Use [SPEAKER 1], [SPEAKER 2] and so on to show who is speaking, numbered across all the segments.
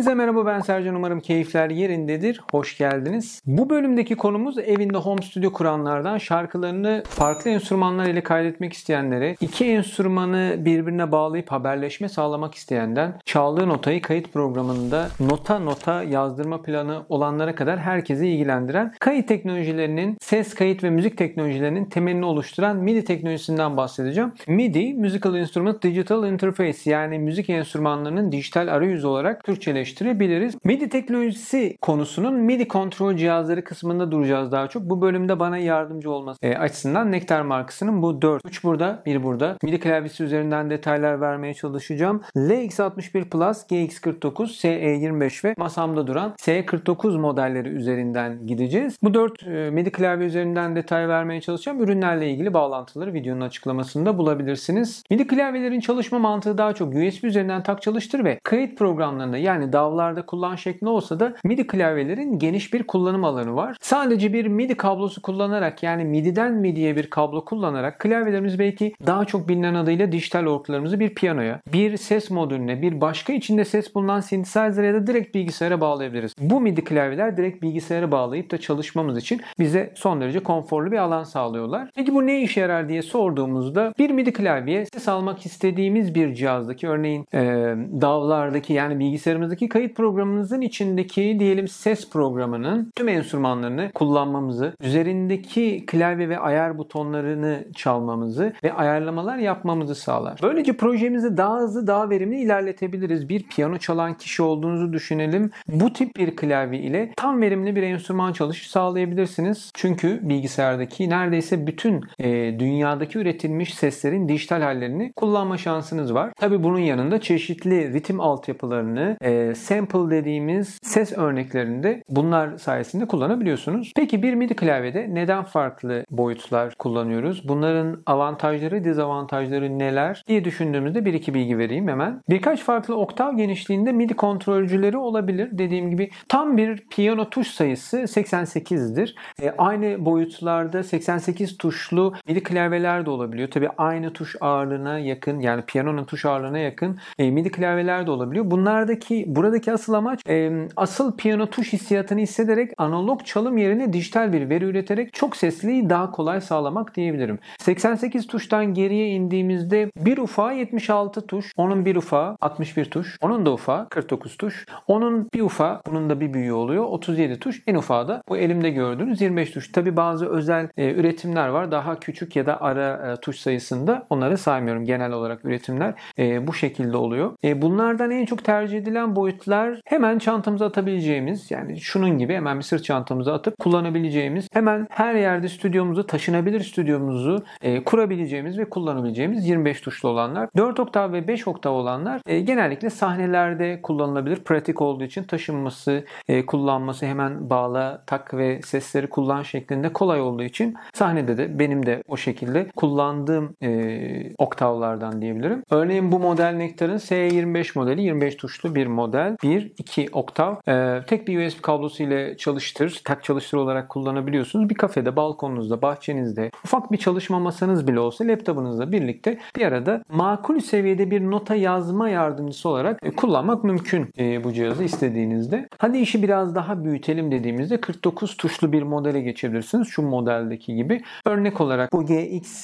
[SPEAKER 1] Hepinize merhaba, ben Sercan. Umarım keyifler yerindedir. Hoş geldiniz. Bu bölümdeki konumuz evinde home studio kuranlardan şarkılarını farklı enstrümanlar ile kaydetmek isteyenlere, iki enstrümanı birbirine bağlayıp haberleşme sağlamak isteyenden, çaldığı notayı kayıt programında nota yazdırma planı olanlara kadar herkesi ilgilendiren kayıt teknolojilerinin, ses kayıt ve müzik teknolojilerinin temelini oluşturan MIDI teknolojisinden bahsedeceğim. MIDI, Musical Instrument Digital Interface, yani müzik enstrümanlarının dijital arayüzü olarak Türkçeleştirebiliriz. MIDI teknolojisi konusunun MIDI kontrol cihazları kısmında duracağız daha çok. Bu bölümde bana yardımcı olması açısından Nektar markasının bu 4, 3 burada, 1 burada. MIDI klavyesi üzerinden detaylar vermeye çalışacağım. LX61 Plus, GX49, SE25 ve masamda duran SE49 modelleri üzerinden gideceğiz. Bu 4 MIDI klavye üzerinden detay vermeye çalışacağım. Ürünlerle ilgili bağlantıları videonun açıklamasında bulabilirsiniz. MIDI klavyelerin çalışma mantığı daha çok USB üzerinden tak çalıştır ve kayıt programlarında, yani DAW'larda kullan şekli olsa da MIDI klavyelerin geniş bir kullanım alanı var. Sadece bir MIDI kablosu kullanarak, yani MIDI'den MIDI'ye bir kablo kullanarak klavyelerimiz belki daha çok bilinen adıyla dijital orglarımızı bir piyanoya, bir ses modülüne, bir başka içinde ses bulunan synthesizer ya da direkt bilgisayara bağlayabiliriz. Bu MIDI klavyeler direkt bilgisayara bağlayıp da çalışmamız için bize son derece konforlu bir alan sağlıyorlar. Peki bu ne işe yarar diye sorduğumuzda, bir MIDI klavye ses almak istediğimiz bir cihazdaki, örneğin DAW'lardaki, yani bilgisayarımızdaki kayıt programımızın içindeki diyelim ses programının tüm enstrümanlarını kullanmamızı, üzerindeki klavye ve ayar butonlarını çalmamızı ve ayarlamalar yapmamızı sağlar. Böylece projemizi daha hızlı, daha verimli ilerletebiliriz. Bir piyano çalan kişi olduğunuzu düşünelim. Bu tip bir klavye ile tam verimli bir enstrüman çalışı sağlayabilirsiniz. Çünkü bilgisayardaki neredeyse bütün dünyadaki üretilmiş seslerin dijital hallerini kullanma şansınız var. Tabii bunun yanında çeşitli ritim altyapılarını, sample dediğimiz ses örneklerinde bunlar sayesinde kullanabiliyorsunuz. Peki bir MIDI klavyede neden farklı boyutlar kullanıyoruz? Bunların avantajları, dezavantajları neler diye düşündüğümüzde bir iki bilgi vereyim hemen. Birkaç farklı oktav genişliğinde MIDI kontrolcüleri olabilir. Dediğim gibi tam bir piyano tuş sayısı 88'dir. Aynı boyutlarda 88 tuşlu MIDI klavyeler de olabiliyor. Tabii aynı tuş ağırlığına yakın, yani piyanonun tuş ağırlığına yakın MIDI klavyeler de olabiliyor. Buradaki asıl amaç asıl piyano tuş hissiyatını hissederek analog çalım yerine dijital bir veri üreterek çok sesliliği daha kolay sağlamak diyebilirim. 88 tuştan geriye indiğimizde bir ufağı 76 tuş, onun bir ufağı 61 tuş, onun da ufağı 49 tuş, onun bir ufağı, bunun da bir büyüğü oluyor 37 tuş, en ufağı da bu elimde gördüğünüz 25 tuş. Tabi bazı özel üretimler var, daha küçük ya da ara tuş sayısında, onları saymıyorum. Genel olarak üretimler bu şekilde oluyor. Bunlardan en çok tercih edilen boyutlar hemen çantamıza atabileceğimiz, yani şunun gibi hemen bir sırt çantamıza atıp kullanabileceğimiz, hemen her yerde stüdyomuzu, taşınabilir stüdyomuzu kurabileceğimiz ve kullanabileceğimiz 25 tuşlu olanlar. 4 oktav ve 5 oktav olanlar genellikle sahnelerde kullanılabilir. Pratik olduğu için taşınması, kullanması, hemen bağla, tak ve sesleri kullan şeklinde kolay olduğu için sahnede de benim de o şekilde kullandığım oktavlardan diyebilirim. Örneğin bu model Nektar'ın S25 modeli, 25 tuşlu bir model. 1-2 oktav. Tek bir USB kablosu ile tak çalıştır olarak kullanabiliyorsunuz. Bir kafede, balkonunuzda, bahçenizde, ufak bir çalışma masanız bile olsa laptopunuzla birlikte bir arada makul seviyede bir nota yazma yardımcısı olarak kullanmak mümkün bu cihazı istediğinizde. Hadi işi biraz daha büyütelim dediğimizde 49 tuşlu bir modele geçebilirsiniz. Şu modeldeki gibi. Örnek olarak bu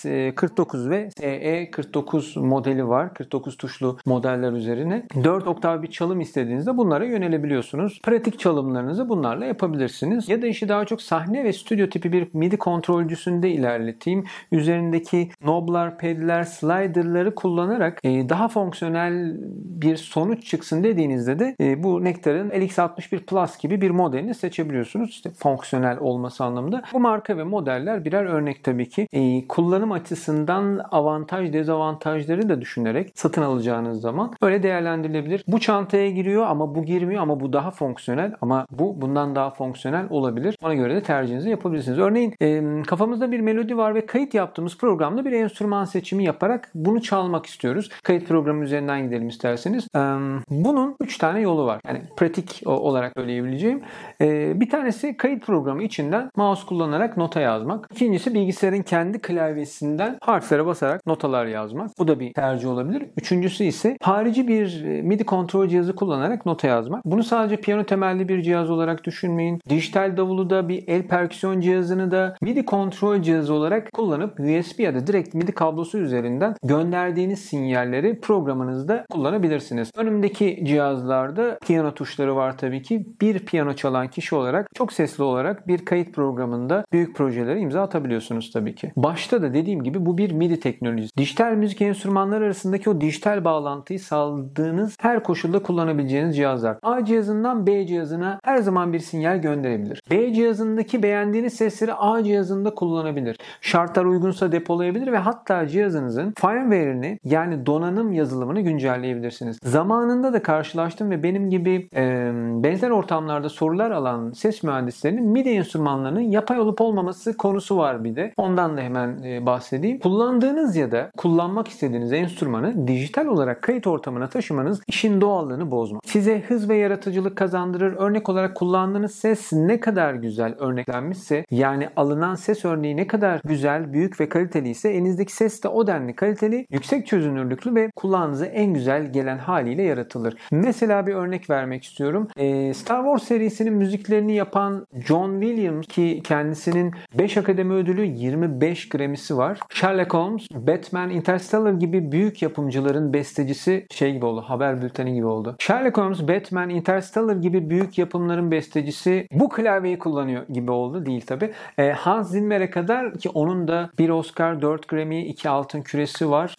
[SPEAKER 1] GX49 ve SE49 modeli var. 49 tuşlu modeller üzerine 4 oktav bir çalım istediğinizde bunlara yönelebiliyorsunuz. Pratik çalımlarınızı bunlarla yapabilirsiniz. Ya da işi daha çok sahne ve stüdyo tipi bir MIDI kontrolcüsünde ilerleteyim. Üzerindeki knoblar, pedler, slider'ları kullanarak daha fonksiyonel bir sonuç çıksın dediğinizde de bu Nektar'ın LX61 Plus gibi bir modelini seçebiliyorsunuz. İşte fonksiyonel olması anlamında. Bu marka ve modeller birer örnek tabii ki. Kullanım açısından avantaj, dezavantajları da düşünerek satın alacağınız zaman öyle değerlendirilebilir. Bu çantaya giriyor ama bu girmiyor, ama bu daha fonksiyonel, ama bu bundan daha fonksiyonel olabilir. Ona göre de tercihinizi yapabilirsiniz. Örneğin kafamızda bir melodi var ve kayıt yaptığımız programda bir enstrüman seçimi yaparak bunu çalmak istiyoruz. Kayıt programı üzerinden gidelim isterseniz. Bunun 3 tane yolu var. Yani pratik olarak söyleyebileceğim. Bir tanesi kayıt programı içinden mouse kullanarak nota yazmak. İkincisi bilgisayarın kendi klavyesinden harflere basarak notalar yazmak. Bu da bir tercih olabilir. Üçüncüsü ise harici bir MIDI kontrol cihazı kullanarak kullanarak nota yazmak. Bunu sadece piyano temelli bir cihaz olarak düşünmeyin. Dijital davulu da, bir el perküsyon cihazını da MIDI kontrol cihazı olarak kullanıp USB ya da direkt MIDI kablosu üzerinden gönderdiğiniz sinyalleri programınızda kullanabilirsiniz. Önümdeki cihazlarda piyano tuşları var tabii ki. Bir piyano çalan kişi olarak çok sesli olarak bir kayıt programında büyük projelere imza atabiliyorsunuz tabii ki. Başta da dediğim gibi bu bir MIDI teknolojisi. Dijital müzik enstrümanları arasındaki o dijital bağlantıyı sağladığınız her koşulda kullanabileceğiniz cihazlar. A cihazından B cihazına her zaman bir sinyal gönderebilir. B cihazındaki beğendiğiniz sesleri A cihazında kullanabilir. Şartlar uygunsa depolayabilir ve hatta cihazınızın firmware'ini yani donanım yazılımını güncelleyebilirsiniz. Zamanında da karşılaştım ve benim gibi benzer ortamlarda sorular alan ses mühendislerinin MIDI enstrümanlarının yapay olup olmaması konusu var bir de. Ondan da hemen bahsedeyim. Kullandığınız ya da kullanmak istediğiniz enstrümanı dijital olarak kayıt ortamına taşımanız işin doğallığını bozmaz. Size hız ve yaratıcılık kazandırır. Örnek olarak kullandığınız ses ne kadar güzel örneklenmişse, yani alınan ses örneği ne kadar güzel, büyük ve kaliteli ise elinizdeki ses de o denli kaliteli, yüksek çözünürlüklü ve kulağınıza en güzel gelen haliyle yaratılır. Mesela bir örnek vermek istiyorum. Star Wars serisinin müziklerini yapan John Williams, ki kendisinin 5 Akademi Ödülü, 25 Grammy'si var. Sherlock Holmes, Batman, Interstellar gibi büyük yapımcıların bestecisi gibi oldu. Haber bülteni gibi oldu. Sherlock Holmes, Batman, Interstellar gibi büyük yapımların bestecisi bu klavyeyi kullanıyor gibi oldu. Değil tabi. Hans Zimmer'e kadar, ki onun da 1 Oscar, 4 Grammy, 2 altın küresi var.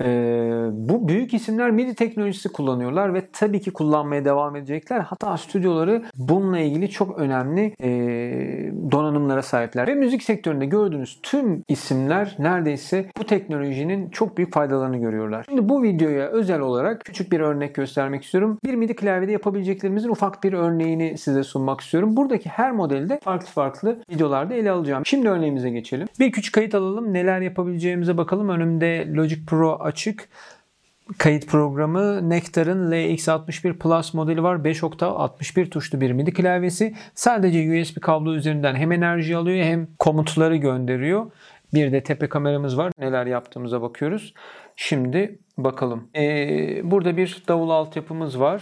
[SPEAKER 1] Bu büyük isimler MIDI teknolojisi kullanıyorlar ve tabii ki kullanmaya devam edecekler. Hatta stüdyoları bununla ilgili çok önemli donanımlara sahipler. Ve müzik sektöründe gördüğünüz tüm isimler neredeyse bu teknolojinin çok büyük faydalarını görüyorlar. Şimdi bu videoya özel olarak küçük bir örnek göstermek istiyorum. Bir MIDI klavyede yapabileceklerimizin ufak bir örneğini size sunmak istiyorum. Buradaki her modelde farklı videolarda ele alacağım. Şimdi örneğimize geçelim. Bir küçük kayıt alalım. Neler yapabileceğimize bakalım. Önümde Logic Pro açık. Kayıt programı Nektar'ın LX61 Plus modeli var. 5 oktav 61 tuşlu bir MIDI klavyesi. Sadece USB kablo üzerinden hem enerji alıyor hem komutları gönderiyor. Bir de tepe kameramız var. Neler yaptığımıza bakıyoruz. Şimdi bakalım. Burada bir davul altyapımız var.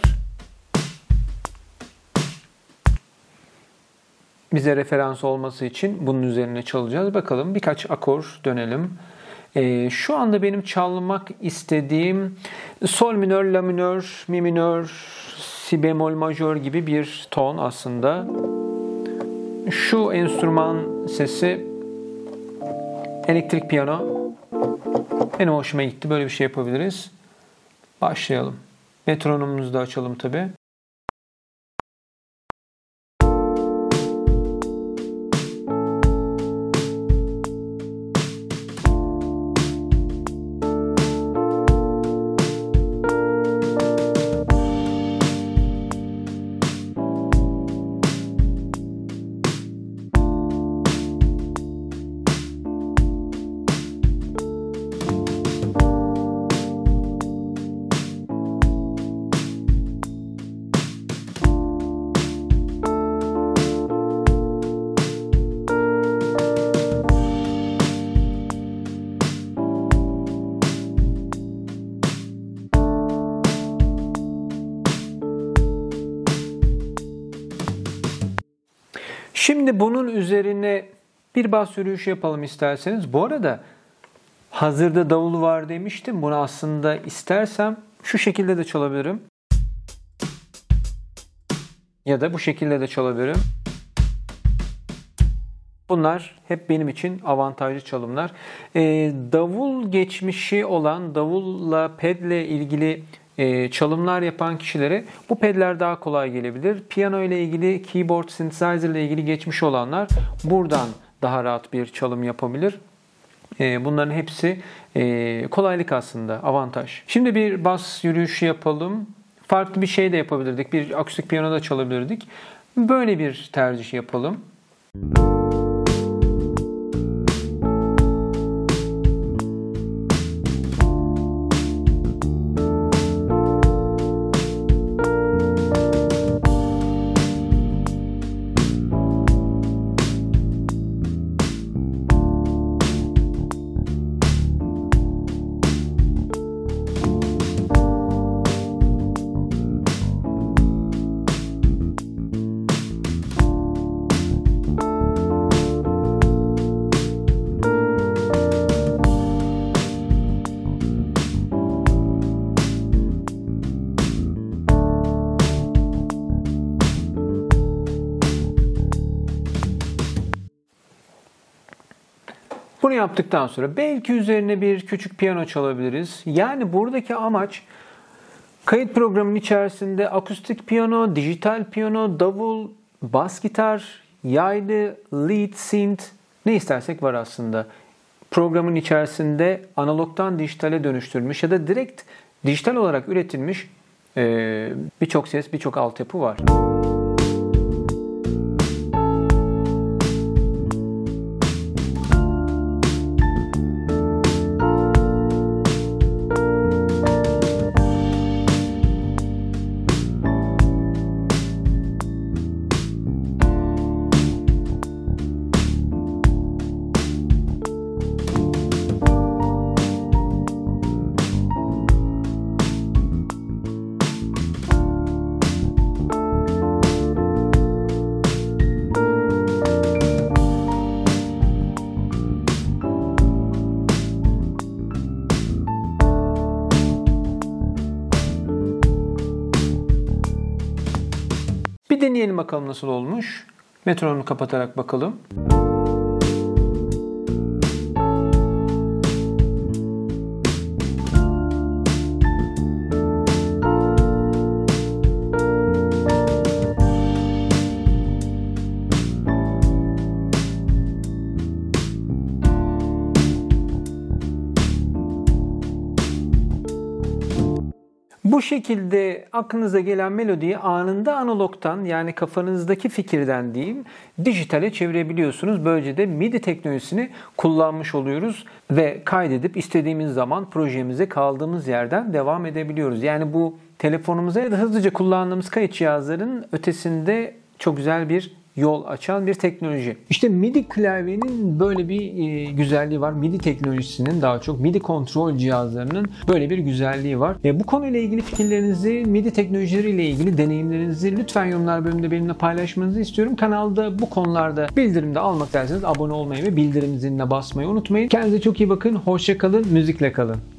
[SPEAKER 1] Bize referans olması için bunun üzerine çalacağız. Bakalım, birkaç akor dönelim. Şu anda benim çalmak istediğim sol minör, la minör, mi minör, si bemol majör gibi bir ton aslında. Şu enstrüman sesi elektrik piyano. Benim hoşuma gitti. Böyle bir şey yapabiliriz. Başlayalım. Metronomumuzu da açalım tabii. Şimdi bunun üzerine bir bas yürüyüşü yapalım isterseniz. Bu arada hazırda davul var demiştim. Bunu aslında istersem şu şekilde de çalabilirim. Ya da bu şekilde de çalabilirim. Bunlar hep benim için avantajlı çalımlar. Davul geçmişi olan, davulla, pedle ilgili çalımlar yapan kişilere bu pedler daha kolay gelebilir. Piyano ile ilgili, keyboard, synthesizer ile ilgili geçmiş olanlar buradan daha rahat bir çalım yapabilir. Bunların hepsi kolaylık aslında, avantaj. Şimdi bir bas yürüyüşü yapalım. Farklı bir şey de yapabilirdik. Bir akustik piyano da çalabilirdik. Böyle bir tercih yapalım. Bunu yaptıktan sonra belki üzerine bir küçük piyano çalabiliriz. Yani buradaki amaç kayıt programının içerisinde akustik piyano, dijital piyano, davul, bas gitar, yaylı, lead, synth ne istersek var aslında. Programın içerisinde analogdan dijitale dönüştürülmüş ya da direkt dijital olarak üretilmiş birçok ses, birçok altyapı var. Bir deneyelim bakalım nasıl olmuş. Metronunu kapatarak bakalım. Bu şekilde aklınıza gelen melodiyi anında analogtan, yani kafanızdaki fikirden diyeyim, dijitale çevirebiliyorsunuz. Böylece de MIDI teknolojisini kullanmış oluyoruz ve kaydedip istediğimiz zaman projemize kaldığımız yerden devam edebiliyoruz. Yani bu telefonumuza ya da hızlıca kullandığımız kayıt cihazlarının ötesinde çok güzel bir yol açan bir teknoloji. İşte MIDI klavyenin böyle bir güzelliği var. MIDI teknolojisinin, daha çok MIDI kontrol cihazlarının böyle bir güzelliği var. Bu konuyla ilgili fikirlerinizi, MIDI teknolojileriyle ilgili deneyimlerinizi lütfen yorumlar bölümünde benimle paylaşmanızı istiyorum. Kanalda bu konularda bildirimde almak isterseniz abone olmayı ve bildirim ziline basmayı unutmayın. Kendinize çok iyi bakın. Hoşça kalın. Müzikle kalın.